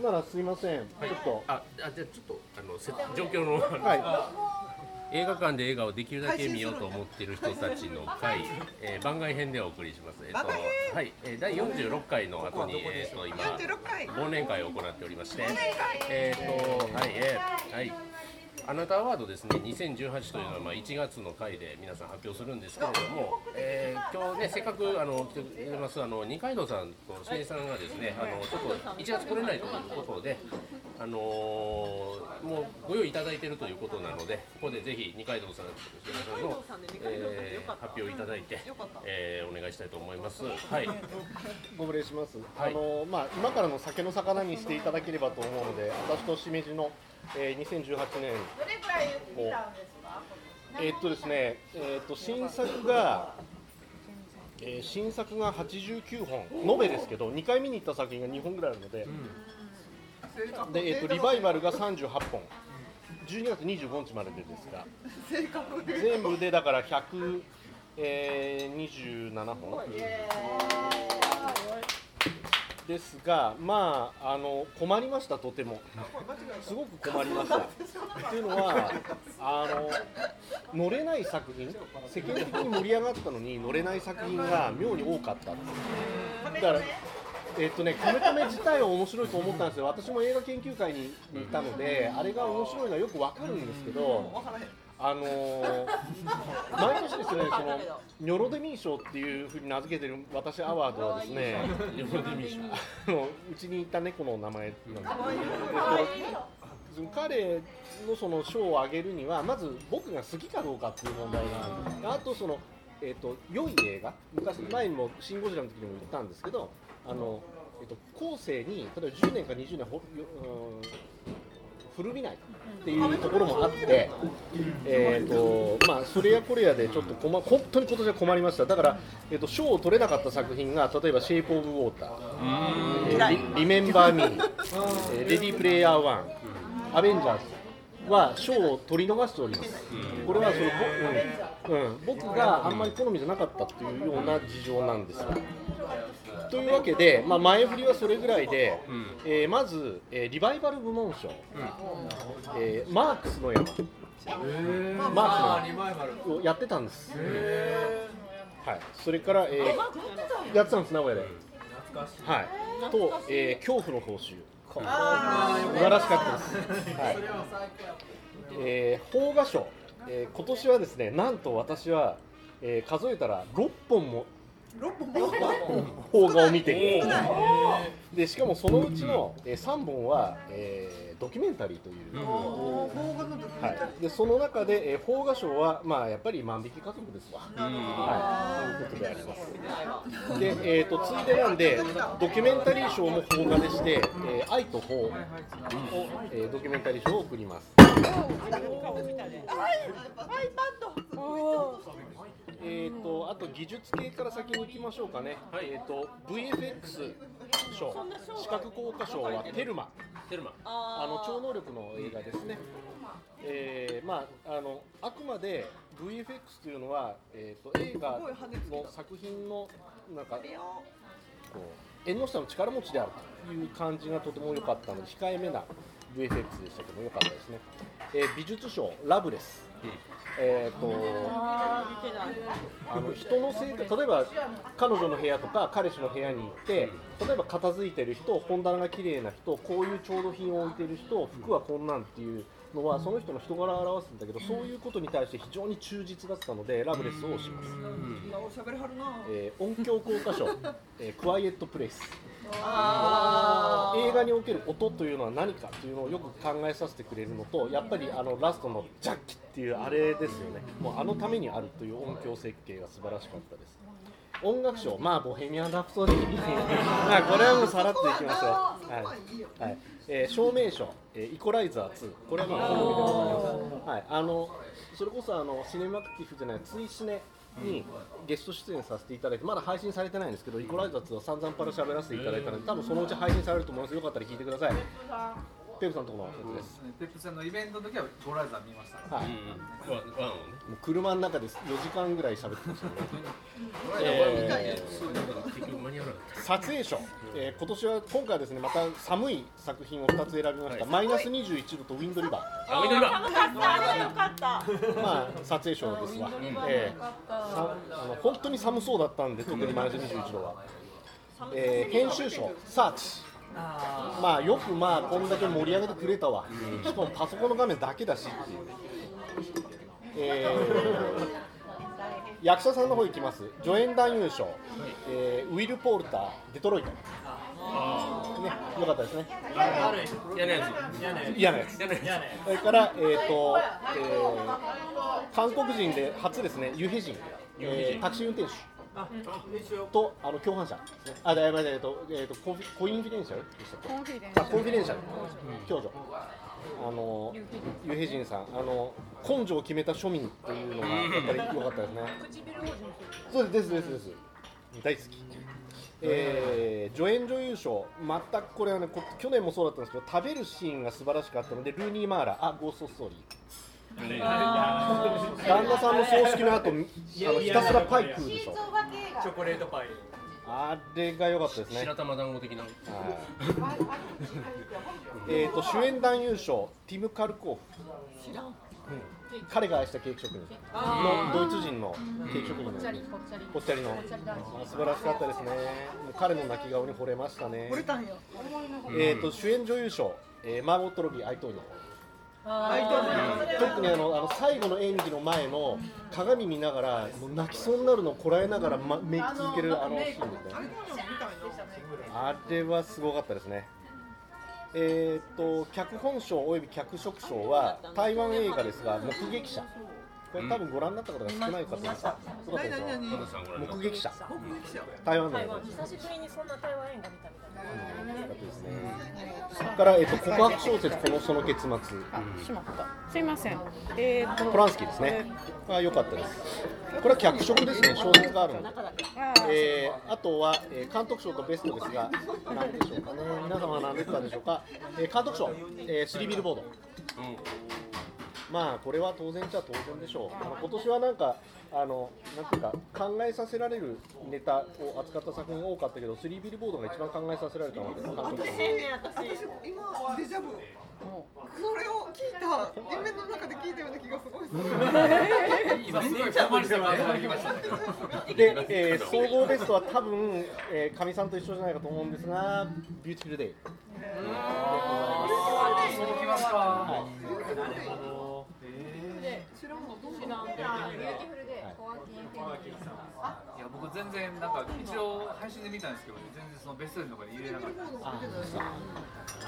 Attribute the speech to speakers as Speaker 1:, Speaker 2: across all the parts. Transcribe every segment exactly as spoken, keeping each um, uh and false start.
Speaker 1: ならすいません、はい、ちょっと
Speaker 2: あ、あじゃあちょっとあのせ状況の、
Speaker 1: はい、
Speaker 2: 映画館で映画をできるだけ見ようと思っている人たちの会、えー、番外編でお送りします。えっとはい、えー、だいよんじゅうろっかいの後に、えー、と今忘年会を行っておりまして、えっ、ー、とはい、えー、はい。あなたアワードですね、にせんじゅうはちというのはまあいちがつの回で皆さん発表するんですけれども、えー、今日ね、せっかくあの来てくれますあの二階堂さんとしめさんがですね、あのちょっといちがつ来れないということで、あのー、もうご用意いただいているということなので、ここでぜひ二階堂さんとしめさんの、えー、発表いただいて、えー、お願いしたいと思います。はい。
Speaker 1: ご無礼します。
Speaker 2: はい、
Speaker 1: あのまあ今からの酒の魚にしていただければと思うので、私としめじのえー、にせんじゅうはちねんを
Speaker 3: どれくらい見たんですか？
Speaker 1: えーっとですね、えーっと新作が、えー、新作がはちじゅうきゅうほん、延べですけどにかい見に行った作品がにほんぐらいあるので、うん、で、えーっとリバイバルがさんじゅうはっぽん、じゅうにがつにじゅうごにちまででですが、全部でだからひゃくにじゅうななほんですが、まあ、あの困りました、とてもすごく困りましたというのはあの乗れない作品、世間的に盛り上がったのに乗れない作品が妙に多かっただから、えっとね、カメカメ自体は面白いと思ったんですよ。私も映画研究会にいたのであれが面白いのはよくわかるんですけど、あのー、毎年ですね、そのニョロデミー賞っていうふうに名付けてる私アワードはですね、ニョロデミー賞あのうちにいた猫の名前なんですけど、彼のその賞をあげるにはまず僕が好きかどうかっていう問題があとその、えーと、良い映画、昔前にもシン・ゴジラの時にも言ったんですけど、あの、えーと、後世に例えばじゅうねんかにじゅうねんほ、うん古びないっていうところもあって、えーとまあ、それやこれやでちょっと困本当に今年は困りました。だから、えーと、賞を取れなかった作品が例えばシェイプオブウォーター、えー、リ, リメンバーミー、えー、レディープレイヤーワン、アベンジャーズは賞を取り逃しております。これはその、うんうん、僕があんまり好みじゃなかったというような事情なんです。というわけで、まあ、前振りはそれぐらいで、うん、えー、まず、えー、リバイバル部門賞、うん、えー、マークスの山、マークスの山をやってたんです。はい、それから、えー、やってたんです、名古屋で、はい、と、えー、恐怖の報酬、素晴らしかったです。はい、えー、邦画賞、えー、今年はですね、なんと私は、えー、数えたらろっぽんも邦画を見ている。でしかもそのうちのさんぼんは、えー、ドキュメンタリーという、はい、でその中で、えー、邦画賞は、まあ、やっぱり万引き家族ですわ、はい、ということであります。で、えー、とついでなんでドキュメンタリー賞も邦画でして、えー、愛と法を、えー、ドキュメンタリー賞を送ります。えー、とあと技術系から先に行きましょうかね、はい、えー、と ブイエフエックス 賞、視覚効果賞はテルマ、テルマあの超能力の映画ですね。えーまあ、あのあくまで ブイエフエックス というのは、えー、と映画の作品のなんかこう縁の下の力持ちであるという感じがとても良かったので、控えめな ブイエフエックス でしたけども良かったですね。えー、美術賞ラブレス、うん、えー、とあの人の生活、例えば彼女の部屋とか彼氏の部屋に行って、例えば片付いてる人、本棚が綺麗な人、こういう調度品を置いてる人、服はこんなんっていうのはその人の人柄を表すんだけど、そういうことに対して非常に忠実だったのでラブレスをします。えー、音響効果賞、えー、クワイエットプレイス、あ映画における音というのは何かというのをよく考えさせてくれるのと、やっぱりあのラストのジャッキっていうあれですよね。もうあのためにあるという音響設計が素晴らしかったです。音楽賞、まあボヘミアン・ラプソディまあこれはもうさらっといきますよ。はいはい、えー、照明賞、えー、イコライザーツー、これはまあ好みでございます。はい、あのそれこそあのシネマクティフじゃないツイシネにゲスト出演させていただいて、まだ配信されてないんですけど、イコライザーツーは散々パラ喋らせていただいたので、多分そのうち配信されると思います。よかったら聞いてください。ペプさんのところのやつです。
Speaker 4: ペプさんのイベントの時はイコライザー見ました。
Speaker 1: はい。もう車の中でよじかんぐらい喋ってましたね。えー、撮影賞、 えー、今年は今回はですねまた寒い作品をふたつ選びました、はい、マイナスにじゅういちどとウィンドリバ
Speaker 2: ー。あ、ウィンドリバー。
Speaker 3: 寒かった、あれよかった。
Speaker 1: まあ撮影賞ですわ。えー、さあの本当に寒そうだったんで特にマイナスにじゅういちどは。えー、編集賞サーチ。まあよくまあこんだけ盛り上げてくれたわ。しかもパソコンの画面だけだしっていう。えー、役者さんの方行きます。助演男優賞、えー、ウィル・ポールター、デトロイト。ね、よかったですね。
Speaker 2: 嫌なやつ。
Speaker 1: 嫌なやつ。それから、えーとえー、韓国人で初ですね、ユヘジン、えー、タクシー運転手とあの共犯者ですね。あ、だいぶえっとえっとココインフィデンシャルでしたっけ？コンフィデンシャル。あ、コンフィデンシャル。共助。あのユヘジンさん、あの根性を決めた庶民というのがやっぱり良かったですね。そうですですです。大好き。えー、助演女優賞、全くこれはね、去年もそうだったんですけど、食べるシーンが素晴らしかったので、ルーニー・マーラ、あ、ゴーストストーリー。旦那さんの葬式の後、あのひたすらパイ食うでしょ。
Speaker 5: チョコレートパイ。
Speaker 1: あれが良かったですね。
Speaker 2: 白玉団子的な。
Speaker 1: えっと主演男優賞、ティム・カルコフ。知らん。うん、彼が愛したケーキ職人のドイツ人のケーキ職人のぽっちゃりの素晴らしかったですね。彼の泣き顔に惚れましたね。えっと主演女優賞、えー、マーゴット・ロビー、アイトーニョ。特にあのあの最後の演技の前の鏡見ながらもう泣きそうになるのをこらえながら、ま、メイク続けるあのシーンですね。あれはすごかったですね。えー、と脚本賞および脚色賞は台湾映画ですが、目撃者、これ多分ご覧になった方が少ないかと思います。すごかったですよ。目撃者、台湾の映画です。
Speaker 3: 久しぶりにそんな台湾映画見たみたいな。
Speaker 1: それから、えー、と告白小説このその結末、
Speaker 6: あ、しまった。すいません。えーと
Speaker 1: ポランスキーですね。あ、良かったです。これは脚色ですね。小説があるので。えー、あとは、えー、監督賞とベストですが、何でしょうかね。皆様は何ですかでしょうか。えー、監督賞、えー、スリービルボード。うん、まあこれは当然じゃ当然でしょう。まあ、今年はなんかあのなんていうか考えさせられるネタを扱った作品が多かったけど、スリービルボードが一番考えさせられたので。
Speaker 7: 私、私今デジャブ。それを聞いた、夢の中で聞いたような気がすごいする。
Speaker 4: 今すごい困りそうな話が来ましたね。
Speaker 1: で、えー、総合ベストは多分えー、かみさんと一緒じゃないかと思うんですが、ビューティフルデイ。
Speaker 4: そうきますか。はい
Speaker 3: で、知らんのどう知らん。ビューティフルでコワーキンフェニックスさん。
Speaker 4: いや僕全然なんか一応配信で見たんですけど、全然そのベストテンとかで入れなかった。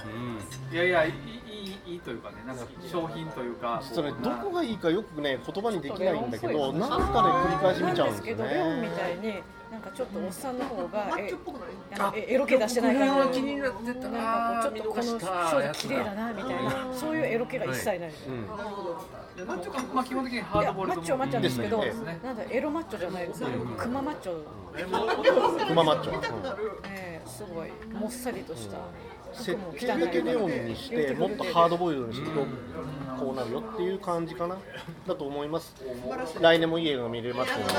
Speaker 4: うん。いやいやいいいいいいというかね、なんか商品というか。
Speaker 1: 実はね、どこがいいかよくね言葉にできないんだけど、なんかね繰り返し見ちゃうんですよね。
Speaker 6: レオンみたいになんかちょっとおっさんの方がえあのエロ気出してない感じで、なんかこうちょっとこの少女綺麗だなみたいな、そういうエロ気が一切ない。
Speaker 4: マッチョか、まあ基本的にハードボール
Speaker 6: マッチョマッチョですけど、なんだエロマッチョじゃないですよ。クママッチョ。
Speaker 1: クママッチョ。
Speaker 6: ええ、すごいもっさりとした。
Speaker 1: 設定だけレオンにしてもっとハードボイルドにするとこうなるよっていう感じかなだと思います。来年もいい映画が見れますので、じゃ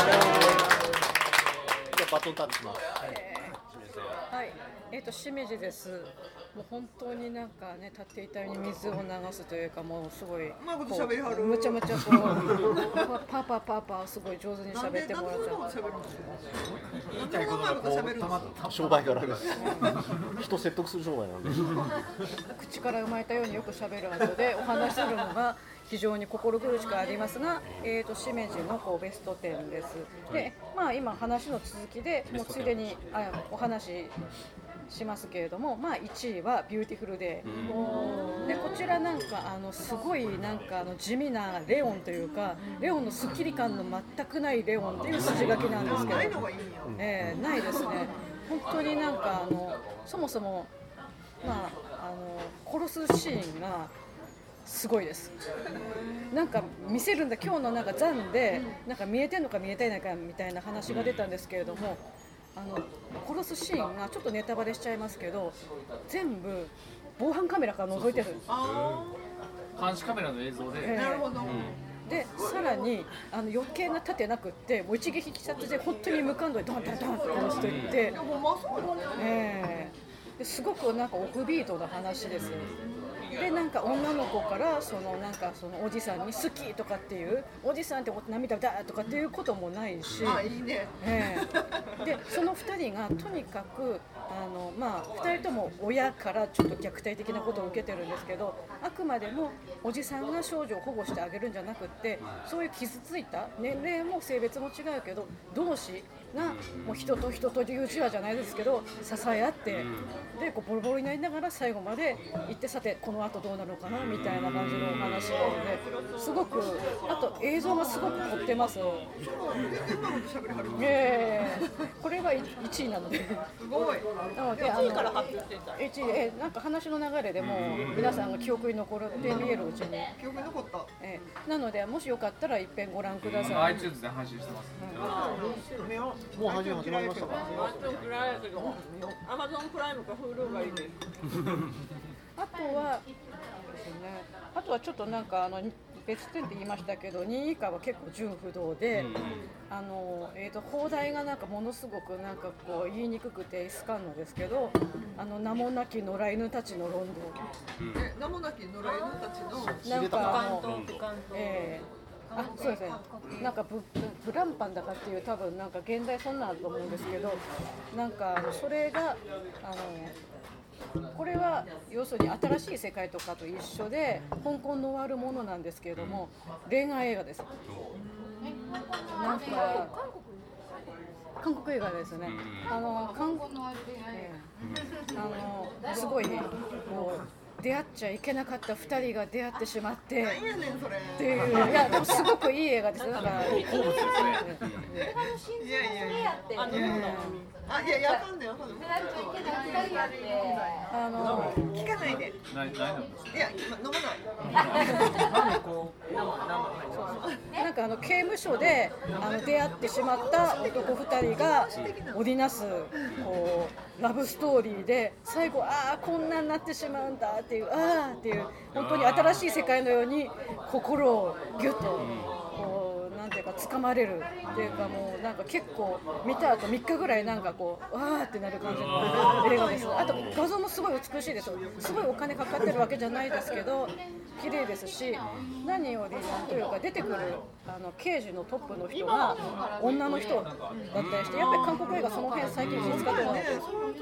Speaker 1: あバトンタッチします。
Speaker 6: はい、えっとしめじです。もう本当になんかね、立っていたように水を流すというか、もうすごいこうむちゃむちゃこうパパパパすごい上手に喋ってもらっちゃう。
Speaker 4: 言いたいことがこうたまった
Speaker 1: 商売柄です。人説得する商売なんで。
Speaker 6: 口から生まれたようによく喋る後でお話しするのが非常に心苦しくありますが、えーとしめじのこうベストテンです。で、まあ今話の続きでもうついでにあお話しますけれども、まあいちいはビューティフルデイで、こちらなんかあのすごいなんかあの地味なレオンというか、レオンのスッキリ感の全くないレオンという筋書きなんですけど、えー、ないですね。本当になんかあのそもそもまああの殺すシーンがすごいです。なんか見せるんだ、今日のなんか残でなんか見えてんのか見えてないかみたいな話が出たんですけれども、あの殺すシーンがちょっとネタバレしちゃいますけど、全部防犯カメラから覗いてる。
Speaker 4: 監視カメラの映像で。
Speaker 6: えー、なるほど。でさらにあの余計な盾なくってもう一撃必殺で本当に無感度でドンドンドンって押していって、えーですごくなんかオフビートな話です。でなんか女の子からそのなんかそのおじさんに好きとかっていうおじさんって涙だとかっていうこともないし、
Speaker 7: あいいね、
Speaker 6: えー、でそのふたりがとにかくあの、まあ、ふたりとも親からちょっと虐待的なことを受けてるんですけど、あくまでもおじさんが少女を保護してあげるんじゃなくって、そういう傷ついた年齢も性別も違うけど同士がもう人と人というじわじゃないですけど支え合ってでこうボロボロになりながら最後まで行って、さてこの後どうなるのかなみたいな感じのお話なので、すごくあと映像がすごく凝ってます。えー、これがいちいなので、
Speaker 7: すごい。
Speaker 6: なのであのいちいから発表してた。いちいえなんか話の流れでも皆さんが記憶に残って見えるうちに。
Speaker 7: 記憶に残った。
Speaker 6: えー、なのでもしよかったら一遍ご覧ください。
Speaker 4: アイチューズで配信してます。
Speaker 1: もう始まりましたか。
Speaker 3: アマゾンプライムか Hulu がいいです。
Speaker 6: あとはですね、あとはちょっとなんかあの別点って言いましたけど、にい以下は結構純不動で、うん、あのえっ、ー、と放題がなんかものすごくなんかこう言いにくくてイスカンのですけど、あの名もなき野良犬たちのロンドン。
Speaker 7: え、名もなき野良犬たちの
Speaker 6: なんかあのえーあそうですね、なんか ブ, ブランパンだかっていう多分なんか現代そんなんあると思うんですけど、なんかそれがあのこれは要するに新しい世界とかと一緒で香港の終わるものなんですけれども、恋愛映画です。なんか韓国映画ですね。あの韓国の、えー、あのすごいこう出会っちゃいけなかったふたりが出会ってしまってっていう、いやでもすごくいい映画です。だから好物ですね。
Speaker 7: いやいやいやあいやいやわかんないわかんない。
Speaker 6: あの
Speaker 7: 聞かないで。
Speaker 4: ないないのですか。
Speaker 7: いや飲まない。
Speaker 6: なんかあの刑務所であの出会ってしまった男ふたりが織りなすこうラブストーリーで、最後ああこんなになってしまうんだっていう、ああっていう本当に新しい世界のように心をギュッとこうなんていうか掴まれるっていうか、もうなんか結構見た後みっかぐらいなんかこうわーってなる感じの映画です。あと画像もすごい美しいです。すごいお金かかってるわけじゃないですけど綺麗ですし、何よりなんというか出てくるあの刑事のトップの人が女の人だったりして、やっぱり韓国映画その辺最近気使ってもらってる。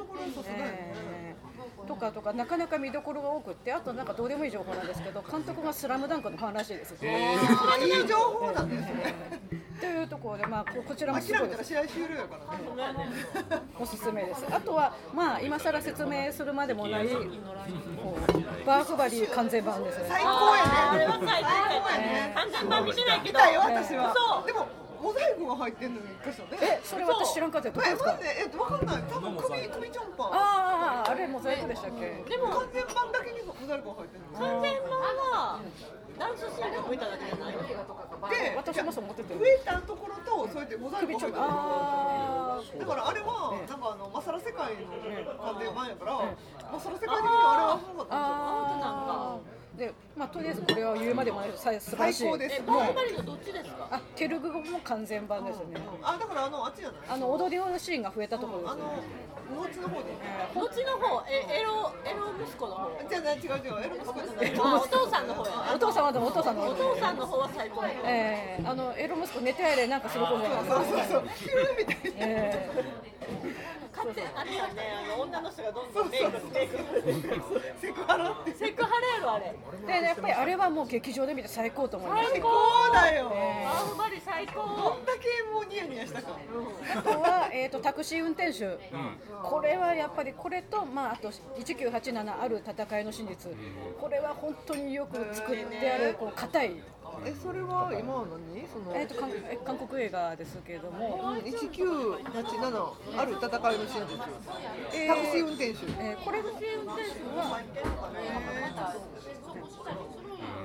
Speaker 6: とかとかなかなか見どころが多くって、あとなんかどうでもいい情報なんですけど、監督がスラムダンクのファンらしいです。
Speaker 7: えー、いい情報なんですね。
Speaker 6: というところで、まあこちらもす
Speaker 7: ごい
Speaker 6: です。
Speaker 7: 試合終了やからね。
Speaker 6: おすすめです。あとはまあ今更説明するまでもないこうバーフバリー完全版ですね。
Speaker 7: 最高やね。
Speaker 3: あれは最高やね。完全版見てないけど。
Speaker 7: 見たよ私は。
Speaker 3: そう。
Speaker 7: でもモザイクが入ってんのに一箇所で。
Speaker 6: え、それ私知らんかったよ。どこですか？
Speaker 7: え、え、わかんない。多分首首ちょんぱん。
Speaker 6: ああ、あれモザイクでしたっけ？
Speaker 7: でも完全版だけにモザイクが入ってるの。
Speaker 3: 完全版はダンスシーンが見ただけじゃない。
Speaker 7: で、
Speaker 6: 私もそう思ってて。
Speaker 7: 増えたところとそうやってモザイクが入ってる。
Speaker 6: あ
Speaker 7: だからあれはなんかあのマサラ世界の完全版やから、マサラ世界的にはあれはそうだったんですよ。
Speaker 6: で、まあとりあえずこれは言うまでもない素晴らしい。
Speaker 7: 最高です。
Speaker 3: バーフバリのどっちですか？
Speaker 6: あ、テルグ語も完全版ですね。
Speaker 7: あ、だからあのあっちじゃない？
Speaker 6: あの踊りのシーンが増えたところです。
Speaker 7: あの後の方で。
Speaker 3: どっちの方？え、エロエロ息子の方。
Speaker 7: じゃない、違う違う、エロ息子じゃない。
Speaker 3: あ、お父さんの方や。
Speaker 6: お父さんはでもお父さんの方。
Speaker 3: お父さんの方は最高。
Speaker 6: ええ、あのエロ息子寝てやれなんかする方じゃないですか。
Speaker 7: そうそうそう。キューみたいな。
Speaker 6: ええ。
Speaker 3: 勝手あれよね、あの女の人がどんどんメイクしていく。
Speaker 7: セクハラって。
Speaker 3: セクハラやろあれ。
Speaker 6: でやっぱりあれはもう劇場で見て最高と思います。
Speaker 7: 最高だよ。
Speaker 3: バーフバリ最高。
Speaker 7: どんだけもうニヤニヤしたか。
Speaker 6: あとはえっとタクシー運転手。これはやっぱりこれとまああといちきゅうはちななある戦いの真実。これは本当によく作ってあるこう硬い。
Speaker 7: え、それは今は何？その
Speaker 6: えっと韓韓国映画ですけれども、
Speaker 7: いちきゅうはちななある戦いの真実。
Speaker 6: えー
Speaker 7: タクシー運転手。
Speaker 6: えーこれタクシー運転手は。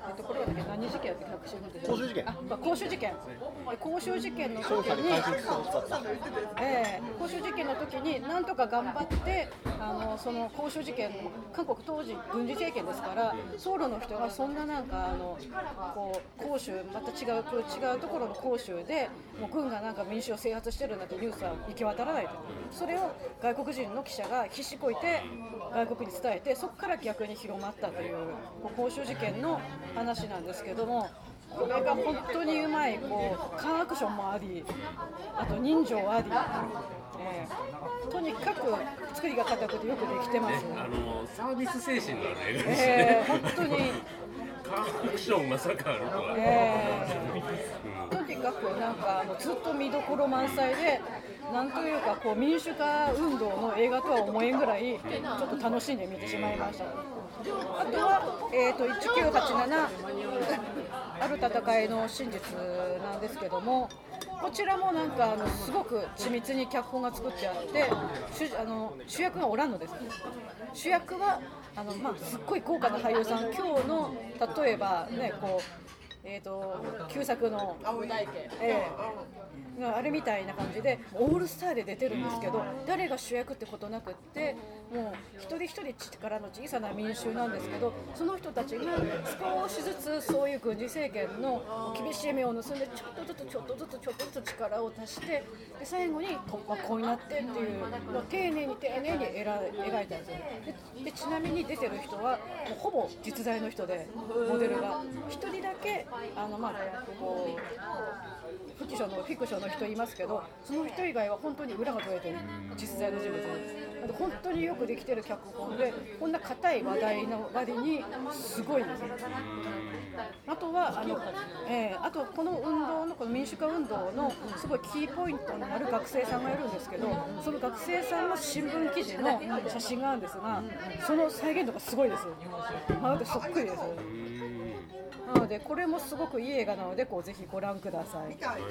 Speaker 6: えっとこれはだけ何事件やって隠し
Speaker 1: 公衆事件。
Speaker 6: あ、公衆事件。公衆事件の時
Speaker 1: 捜査に
Speaker 6: に、
Speaker 1: 関心を使った。
Speaker 6: えー、公衆事件の時になんとか頑張ってあのその公衆事件韓国当時軍事政権ですからソウルの人がそんななんかあのこう広州また違う違うところの広州でもう軍がなんか民主を制圧してるんだってニュースは行き渡らないと。それを外国人の記者が必死こいて外国に伝えてそこから逆に広まったという公衆事件の話なんですけども。これが本当にうまいこうカーアクションもありあと人情あり、えー、とにかく作りが硬くてよくできてます、
Speaker 2: ね、あのサービス精神のある映画ですね、
Speaker 6: えー、本当に
Speaker 2: カーアクションまさかあるとは、
Speaker 6: えー、とにかくなんかあのずっと見どころ満載でなんというかこう民主化運動の映画とは思えんぐらいちょっと楽しんで見てしまいました。あとは、えー、といちきゅうはちななある戦いの真実なんですけどもこちらもなんかあのすごく緻密に脚本が作ってあって主, あの主役がおらんのです。主役はあの、まあ、すっごい豪華な俳優さん今日の例えばねこうえーと旧作の
Speaker 7: 青い大家、
Speaker 6: えー、あれみたいな感じでオールスターで出てるんですけど誰が主役ってことなくってもう一人一人力の小さな民衆なんですけどその人たちが少しずつそういう軍事政権の厳しい目を盗んでちょっとずつちょっとずつちょっとずつ力を足してで最後に突破口になってっていうのを丁寧に丁寧に描いたんですよ。ででちなみに出てる人はもうほぼ実在の人でモデルが一人だけあのまあこうフィクションのフィクションの人いますけどその人以外は本当に裏が取れてる実在の人物で本当によくできてる脚本でこんな硬い話題の割にすごいんですよ。あとはあの、えー、あとこの運動のこの民主化運動のすごいキーポイントになる学生さんがいるんですけどその学生さんの新聞記事の写真があるんですがその再現度がすごいです。まるでそっくりです。なのでこれもすごくいい映画なのでこうぜひご覧ください。はい、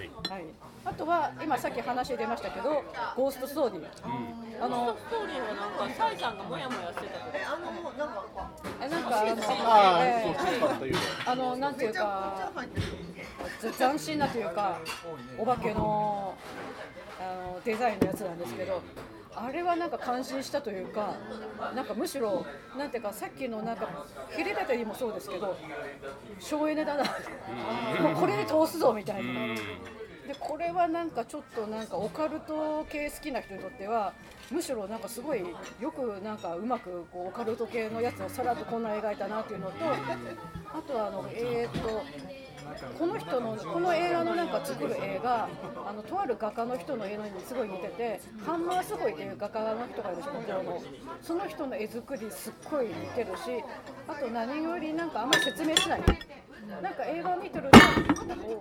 Speaker 6: あとは今さっき話出ましたけどゴーストストーリー、
Speaker 3: あのストーリーはなんかサイさんがモヤモヤしてたえあのなんか
Speaker 6: えなんかあの
Speaker 1: ああ、
Speaker 6: え
Speaker 1: そうそうという。
Speaker 6: あのなんていうか斬新なというかお化けのあのデザインのやつなんですけど。あれはなんか感心したというか、なんかむしろなんていうかさっきのなんかヘレダタリーもそうですけど、省エネだな、もうこれで通すぞみたいな。でこれはなんかちょっとなんかオカルト系好きな人にとってはむしろなんかすごいよくなんかうまくこうオカルト系のやつをさらっとこんな描いたなっていうのと、あとはあのえーっと。この人のこの映画のなんか作る映画あのとある画家の人の映画にすごい似ててハンマースゴイっていう画家の人がいるでしょ向こうのその人の絵作りすっごい似てるしあと何よりなんかあんまり説明しないなんか映画を見てると刺身の皿出て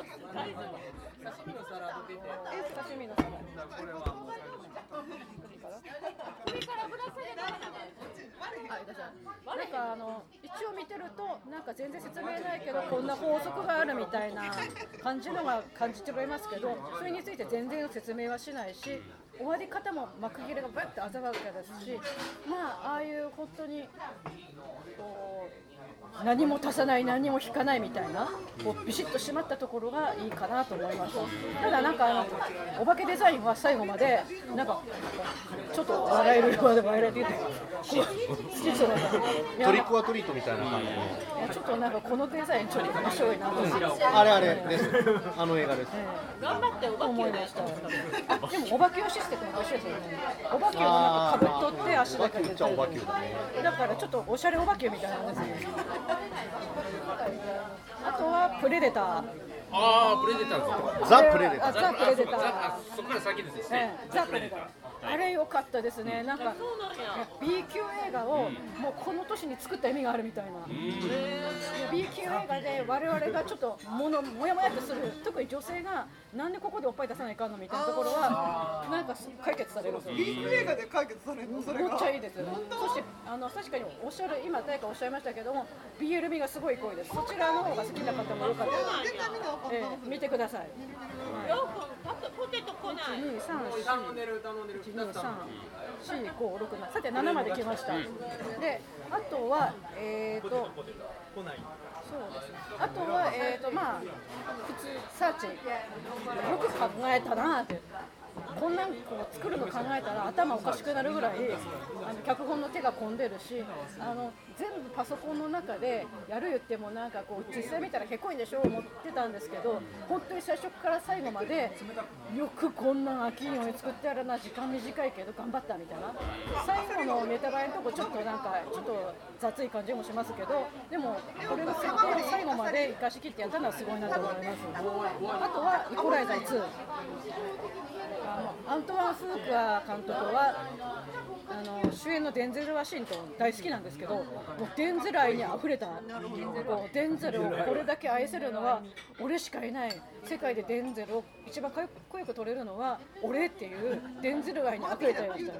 Speaker 6: え刺身の皿これは首からぶら下げられたなんかあの一応見てるとなんか全然説明ないけどこんな法則があるみたいな感じのが感じておりますけどそれについて全然説明はしないし終わり方も幕切れがバッて鮮やかですしまあああいう本当にこう何も足さない何も引かないみたいなこうビシッと締まったところがいいかなと思います。ただなんかあのお化けデザインは最後までなんかちょっと笑えるようで笑えるって言って好きそうな
Speaker 1: トリックはトリートみたいな感じの。
Speaker 6: いやちょっとなんかこのデザインちょっと面白いなと思って、
Speaker 1: うん、あれあれですあの映画です、
Speaker 6: えー、頑張ってお化けを思いました。あでもお化けをシステムと一緒ですよね。お化けをなんかかぶっとって足だけで出てるだからちょっとおしゃれお化けみたいなんですね。あとはプレデター。
Speaker 2: ああプレデターの
Speaker 1: ザ・プレデター。
Speaker 6: ザ・プレデター。
Speaker 2: そこから先ですね。
Speaker 6: ザ・プレデター。あれ良かったですね。なんか B 級映画をもうこの年に作った意味があるみたいな。B 級映画で我々がちょっとものもやもやとする特に女性がなんでここでおっぱい出さないかんのみたいなところはなんか解決されるんですよ。
Speaker 7: B 級映画で解決されるのそれが
Speaker 6: めっちゃいいです。そしてあの確かにおっしゃる今誰かおっしゃいましたけども ビーエル 味がすごい濃いです。そちらの方が好きな方もよかったら、えー、見てください。はい
Speaker 3: ポテト来ない。
Speaker 6: いちにさんしよんごろくななさてななまで来ました。であとはえーとそうですね。あとはえーとまあ普通サーチよく考えたなって。こんなんこう作るの考えたら頭おかしくなるぐらいあの脚本の手が込んでるしあの全部パソコンの中でやる言ってもなんかこう実際見たらへこいんでしょ思ってたんですけど本当に最初から最後までよくこんなん飽きんように作ってやるな時間短いけど頑張ったみたいな最後のネタバレのとこちょっとなんかちょっと雑い感じもしますけどでもこれの設定を最後まで生かしきってやったのはすごいなと思います。あとはイコライザーツーあのアントワン・フークア監督はあの主演のデンゼル・ワシントン大好きなんですけどもうデンゼル愛にあふれたこうデンゼルをこれだけ愛せるのは俺しかいない世界でデンゼルを一番かっこよく撮れるのは俺っていうデンゼル愛にあふれちゃいました。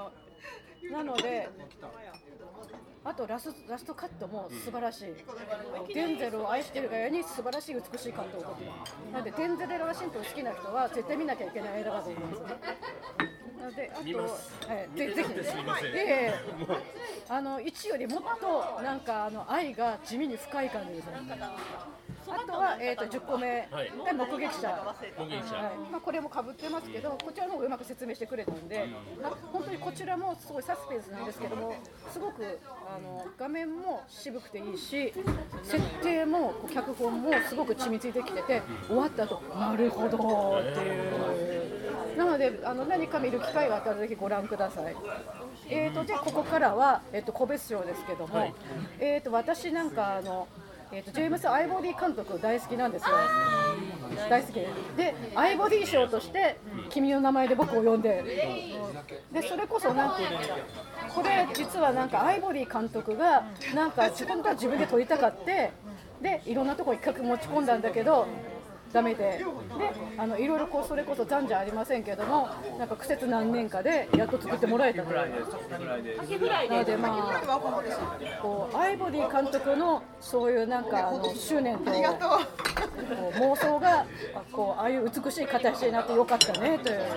Speaker 6: なのであとラス、ラストカットも素晴らしい、うん、デンゼルを愛しているがゆえに素晴らしい美しいカットを撮っているなのでデンゼル・ワシントン好きな人は絶対見なきゃいけない映画だと思いますね。なのであと、はい、ぜ, ぜひね、であのいちよりもっとなんかあの愛が地味に深い感じですね。あとは、えー、とじゅっこめで目撃者、
Speaker 2: 目撃者、
Speaker 6: はいまあ、これもかぶってますけどこちらの方がうまく説明してくれたんで、まあ、本当にこちらもすごいサスペンスなんですけどもすごくあの画面も渋くていいし設定も脚本もすごく緻密にできてて終わった後なるほどっていうなのであの何か見る機会があったらぜひご覧ください。えー、とでここからは、えー、と個別賞ですけども、はいえー、と私なんかあのえー、とジェームス・アイボディ監督大好きなんですよ。大好きででアイボディ賞として君の名前で僕を呼んででそれこそなんていうのこれ実はなんかアイボディ監督がなんか自分が自分で撮りたかってでいろんなところに企画持ち込んだんだけどダメで、であのいろいろこうそれこそ残じゃありませんけどもなんか苦節何年かでやっと作ってもらえたというなのでまあこうアイボディ監督のそういうなんかあの執念とこう妄想がこうああいう美しい形になってよかったねという感じで、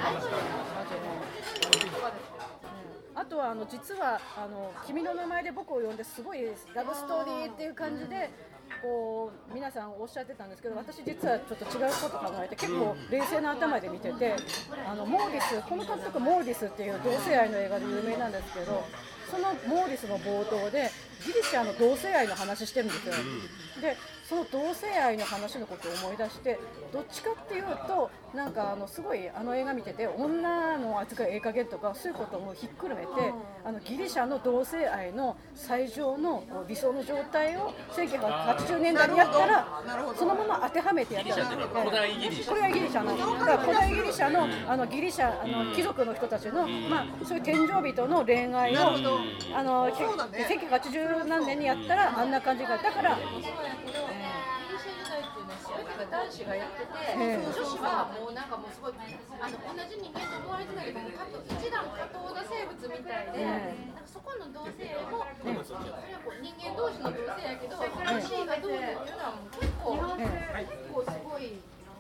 Speaker 6: あとはあの実はあの君の名前で僕を呼んですごいラブストーリーっていう感じでこう皆さんおっしゃってたんですけど私実はちょっと違うこと考えて結構冷静な頭で見ててあのモーリスこの監督モーリスっていう同性愛の映画で有名なんですけどそのモーリスの冒頭でギリシャの同性愛の話してるんですよ。でその同性愛の話のことを思い出してどっちかっていうとなんかあのすごいあの映画見てて女の扱いええ加減とかそういうこともひっくるめてあのギリシャの同性愛の最上の理想の状態をせんきゅうひゃくはちじゅうねんだいにやったらそのまま当てはめてやったら
Speaker 2: 古代ギリシャ
Speaker 6: これはギリシャなんですだから古代ギリシャのあのギリシャあの貴族の人たちのまあそういう天井人の恋愛をあのせんきゅうひゃくはちじゅうなんねんにやったらあんな感じがだから
Speaker 3: 男子がやってて、えー、女子はもうなんかもうすごいあの同じ人間と思われてないけど一段下等な生物みたいで、えー、なんかそこの同性愛も、えー、それはこう人間同士の同性愛やけど男子がどうっていうのはもう結構、えー、結構すごい。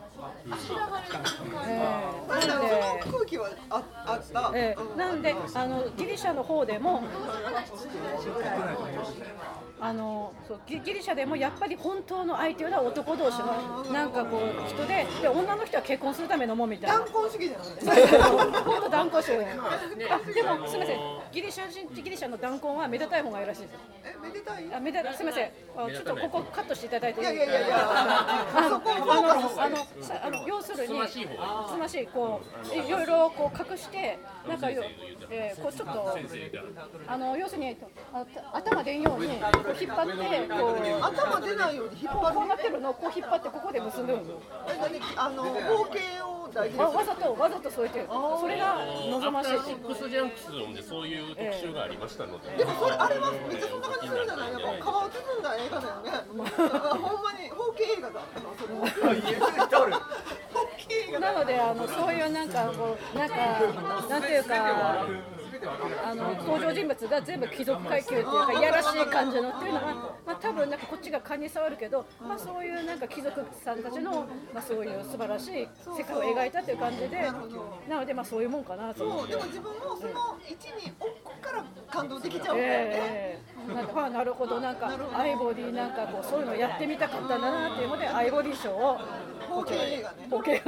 Speaker 6: なんであのギリシャの方でもあのそうギリシャでもやっぱり本当の愛というのは男同士のなんかこう人でで女の人は結婚するためのもんみたいな
Speaker 7: 断婚主義じゃない
Speaker 6: 本当断婚主義あでもすみませんギリシャ人ギリシャの断婚はめでたい方がいいらしいです
Speaker 7: えめでたい
Speaker 6: あめですみませんちょっとここカットしていただいていい
Speaker 7: いやいやいやいや
Speaker 6: あのあのあのあの要するにつましいつましいこういろいろこう隠してなんかよ、えー、こうちょっとあの要するにあ頭出んようにこう引っ張ってこう
Speaker 7: 頭出ないように引っ張る
Speaker 6: こうなってるのをこう引っ張ってここで結んでるの
Speaker 7: え何あの包茎を大事に
Speaker 6: わわざとわざと添えてるそれが望ましい
Speaker 2: アフターシックスジャンクスでそういう特集がありましたので、
Speaker 7: でもそれあれはめっちゃそんな感じするじゃないですか皮を包んだ映画だよねほんまに包茎映画だ
Speaker 6: なのであのそういうなんかこうなんかなんていうかあの登場人物が全部貴族階級っていうかいやらしい感じのっていうのは、まあ、多分なんかこっちが勘に触るけど、まあ、そういうなんか貴族さんたちの、まあ、そういう素晴らしい世界を描いたっていう感じで、なのでまあそういうもんかなと思って。
Speaker 7: でも自分もその位置に置くから感動できちゃう。
Speaker 6: ええー、なんかなるほど、なんかアイボディなんかこうそういうのやってみたかったんだなっていうのでアイボディ賞を
Speaker 7: 包茎映画ね。
Speaker 6: 包茎映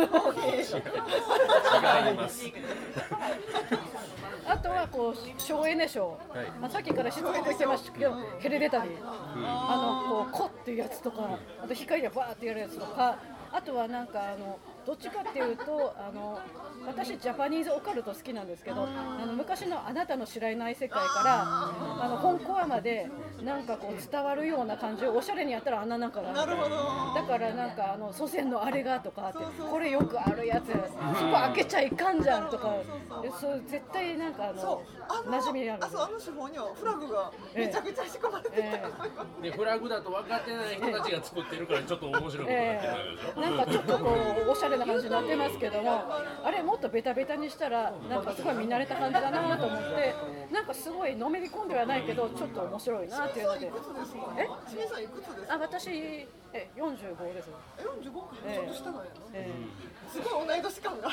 Speaker 6: 画。
Speaker 2: 違います。
Speaker 6: あとはこう省エネ賞、はい、まあ、さっきからしつこく言ってましたけど、ヘレデタリー、うん、あのこうコっていうやつとか、あと光でバーってやるやつとか、あとはなんかあのどっちかっていうと、あの私ジャパニーズオカルト好きなんですけど、あの昔のあなたの知らない世界からあの本コアまでなんかこう伝わるような感じをおしゃれにやったらあんななんかなるほど。だからなんかあの祖先のあれがとかって、これよくあるやつ、そこ開けちゃいかんじゃんとか、そう絶対なんかあの馴染みある。
Speaker 7: あ、そう、あの手法にはフラグがめちゃくちゃ仕込まれてた、え
Speaker 2: ー、でフラグだと分かってない人たちが作ってるからちょっと面白いことになってるでしょ。
Speaker 6: なんかちょっとこうおしゃれな感じになってますけども、あれもっとベタベタにしたらなんかすごい見慣れた感じだなと思って、なんかすごいのめり込んではないけどちょっと面白いなっていうので。
Speaker 7: え？しめさんいくつですか？
Speaker 6: あ、私えよんじゅうごです。
Speaker 7: よんじゅうごか、ちょっと下なんやな。
Speaker 6: え
Speaker 7: ー、すごい同い年感が。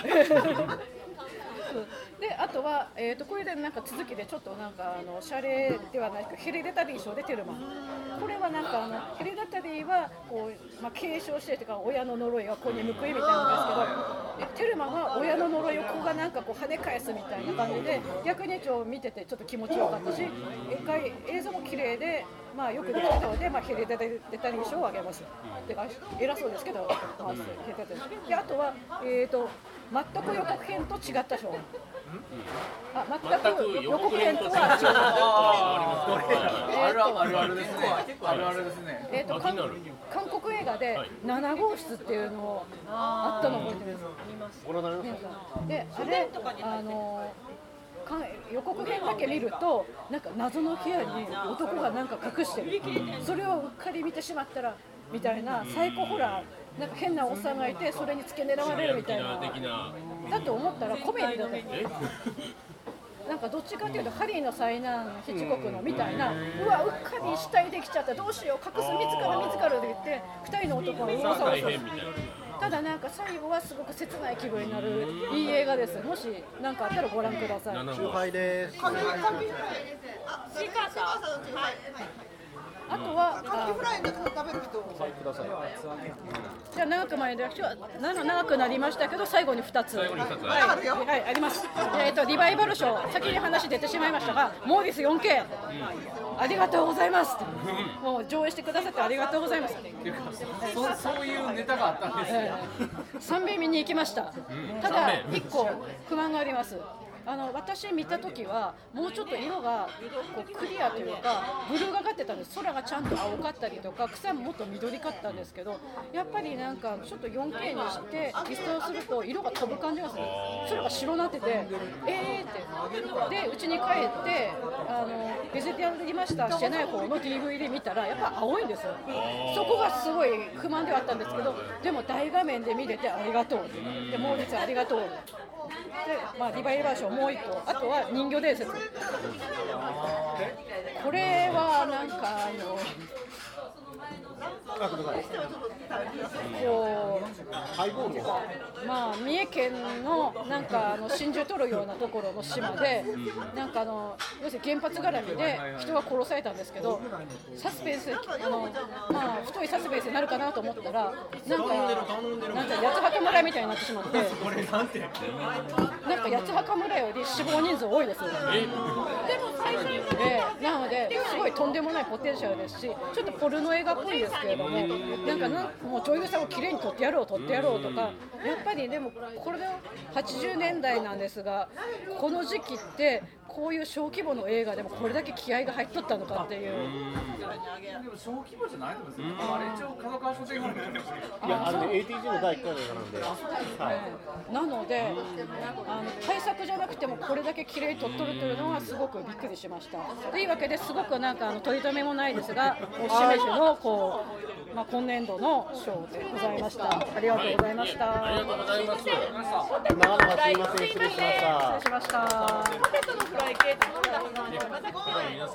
Speaker 6: で、あとは、えー、とこれでなんか続きでちょっとなんかあのシャレではないけどヘレデタリー賞でテルマン、これはなんかあのヘレデタリーはこう、まあ、継承してというか親の呪いが子に報いみたいなんですけど、テルマンは親の呪いを子がなんかこう跳ね返すみたいな感じで、逆にちょっと見ててちょっと気持ちよかったし、映像も綺麗で、まあ、よくできたので、まあ、ヘレデタリー賞をあげます。てか偉そうですけど、まあ、ヘレデタリーで、あとはえっ、ー、と全く予告編と違った賞。あ、全く予告編とは違った。
Speaker 4: あるあるあるですね。あるあるですね。
Speaker 6: えっと韓国映画でなな号室っていうのをあったの覚えてます。
Speaker 1: ご覧になりました。
Speaker 6: で、あれあの予告編だけ見るとなんか謎の部屋に男がなんか隠してる。それをうっかり見てしまったらみたいなサイコホラー。なんか変なおっさんがいてそれに付け狙われるみたいなだと思ったらコメディだったなんかどっちかというとハリーの災難ヒッチコックのみたいな、うわうっかり死体できちゃったどうしよう隠す自ら自らで言ってふたりの男がうわさわさただなんか最後はすごく切ない気分になるいい映画です。もし何かあったらご覧ください。
Speaker 1: 紹介です。
Speaker 6: あとは
Speaker 7: カキフライで食べる人
Speaker 1: ください。
Speaker 6: じゃあ長く前で長くなりましたけど最後にふたつはい、はい、あります。えっとリバイバル賞先に話出てしまいましたがモーリス よんケー ありがとうございますもう上映してくださってありがとうございます
Speaker 4: そ, そういうネタがあったんですね、
Speaker 6: えー、さんべん見に行きました。ただいっこ不満があります。あの私見たときはもうちょっと色がこうクリアというかブルーがかってたんです。空がちゃんと青かったりとか草ももっと緑かったんですけど、やっぱりなんかちょっと よんケー にしてリストをすると色が飛ぶ感じがする。空が白になっててえーってでうちに帰ってあのベジタリマスターしてない方の ディーブイディー 見たらやっぱ青いんですよ。そこがすごい不満ではあったんですけど、でも大画面で見れてありがとうでもう実はありがとうで、まあ、リバイバル賞もう一個、あとは人魚伝説。これはなんかあのこう
Speaker 1: ハイボールを
Speaker 6: まあ三重県のなんかあの真珠取るようなところの島でなんかあの要するに原発絡みで人が殺されたんですけど、サスペンスあのまあ太いサスペンスになるかなと思ったらなんかなんか八幡村みたいになってしまって、なんか八幡村より死亡人数多いですよ。でも最初にえー、なのですごいとんでもないポテンシャルですし、ちょっとポルノ映画っぽいですけれども、なんかなもう女優さんをきれいに撮ってやろう撮ってやろうとか、やっぱりでもこれではちじゅうねんだいなんですが、この時期ってこういう小規模の映画でもこれだけ気合が入っとったのかっていう。
Speaker 4: でも小規模じゃないと思うんですよ。あれ一応角川書店が
Speaker 1: いやあれね エーティージー のだいいっかいの映画なんで、はい、
Speaker 6: なのであの対策じゃなくてもこれだけ綺麗に撮っとるというのはすごくびっくりしました。というわけですごくなんかあの取り留めもないですが、しめじのこうまあ、今年度の賞でございました。ありがとうございました。
Speaker 2: ありがとうございます。
Speaker 1: 長々すいません、失礼しました。
Speaker 6: 失礼しました。
Speaker 3: ポテトのフライ系って飲んだことない。